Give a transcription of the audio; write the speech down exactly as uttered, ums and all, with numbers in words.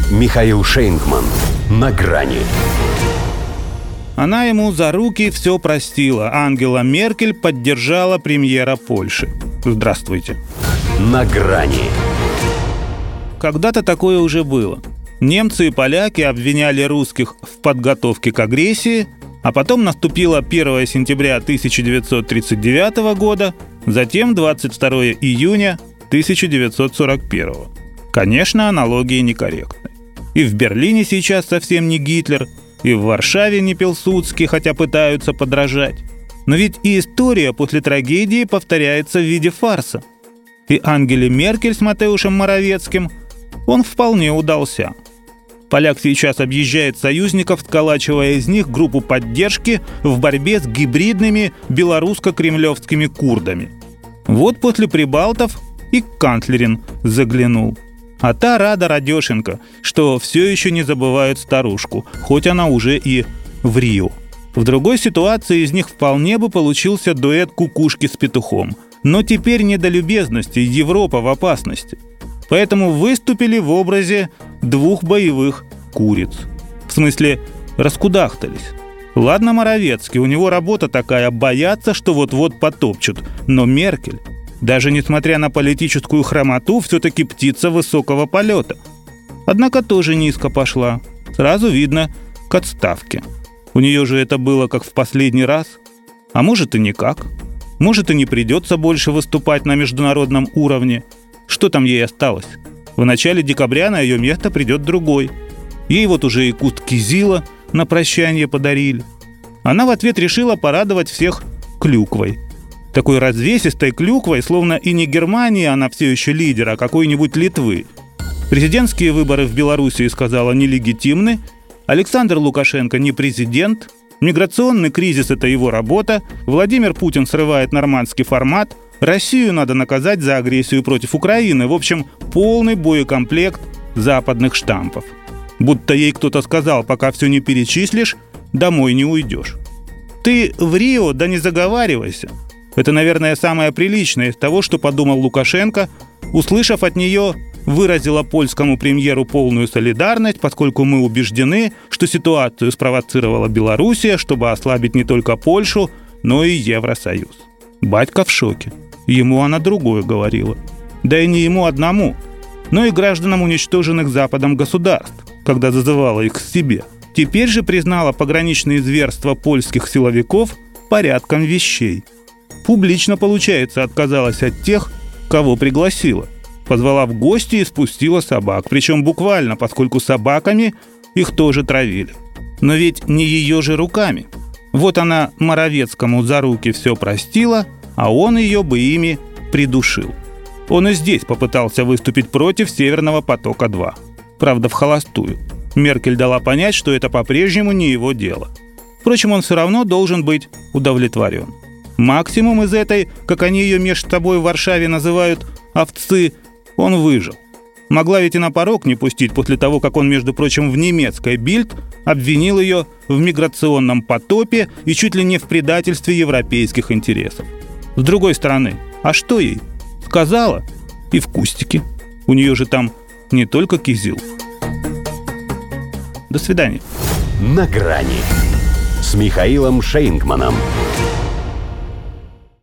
Михаил Шейнгман. На грани. Она ему за руки все простила. Ангела Меркель поддержала премьера Польши. Здравствуйте. На грани. Когда-то такое уже было. Немцы и поляки обвиняли русских в подготовке к агрессии, а потом наступило первое сентября тысяча девятьсот тридцать девятого года, затем двадцать второе июня тысяча девятьсот сорок первого. Конечно, аналогии некорректны. И в Берлине сейчас совсем не Гитлер, и в Варшаве не Пилсудский, хотя пытаются подражать. Но ведь и история после трагедии повторяется в виде фарса. И Ангеле Меркель с Матеушем Моровецким он вполне удался. Поляк сейчас объезжает союзников, сколачивая из них группу поддержки в борьбе с гибридными белорусско-кремлевскими курдами. Вот после прибалтов и канцлерин заглянул. А та рада радешенька, что все еще не забывают старушку, хоть она уже и в Рио. В другой ситуации из них вполне бы получился дуэт кукушки с петухом. Но теперь не до любезности, Европа в опасности. Поэтому выступили в образе двух боевых куриц. В смысле, раскудахтались. Ладно, Моровецкий, у него работа такая, боятся, что вот-вот потопчут. Но Меркель, даже несмотря на политическую хромоту, все-таки птица высокого полета. Однако тоже низко пошла. Сразу видно, к отставке. У нее же это было как в последний раз. А может и никак. Может и не придется больше выступать на международном уровне. Что там ей осталось? В начале декабря на ее место придет другой. Ей вот уже и куст кизила на прощание подарили. Она в ответ решила порадовать всех клюквой. Такой развесистой клюквой, словно и не Германия, она все еще лидер, а какой-нибудь Литвы. Президентские выборы в Белоруссии, сказала, нелегитимны. Александр Лукашенко не президент. Миграционный кризис – это его работа. Владимир Путин срывает нормандский формат. Россию надо наказать за агрессию против Украины. В общем, полный боекомплект западных штампов. Будто ей кто-то сказал, пока все не перечислишь, домой не уйдешь. Ты в Рио, да не заговаривайся. Это, наверное, самое приличное из того, что подумал Лукашенко, услышав от нее, выразила польскому премьеру полную солидарность, поскольку мы убеждены, что ситуацию спровоцировала Белоруссия, чтобы ослабить не только Польшу, но и Евросоюз. Батька в шоке. Ему она другое говорила. Да и не ему одному, но и гражданам уничтоженных Западом государств, когда зазывала их к себе. Теперь же признала пограничные зверства польских силовиков порядком вещей. Публично, получается, отказалась от тех, кого пригласила. Позвала в гости и спустила собак. Причем буквально, поскольку собаками их тоже травили. Но ведь не ее же руками. Вот она Моровецкому за руки все простила, а он ее бы ими придушил. Он и здесь попытался выступить против Северного потока-два. Правда, в холостую. Меркель дала понять, что это по-прежнему не его дело. Впрочем, он все равно должен быть удовлетворен. Максимум из этой, как они ее между собой в Варшаве называют, овцы, он выжил. Могла ведь и на порог не пустить после того, как он, между прочим, в немецкой Бильд обвинил ее в миграционном потопе и чуть ли не в предательстве европейских интересов. С другой стороны, а что ей? Сказала и в кустике. У нее же там не только кизил. До свидания. На грани с Михаилом Шейнгманом.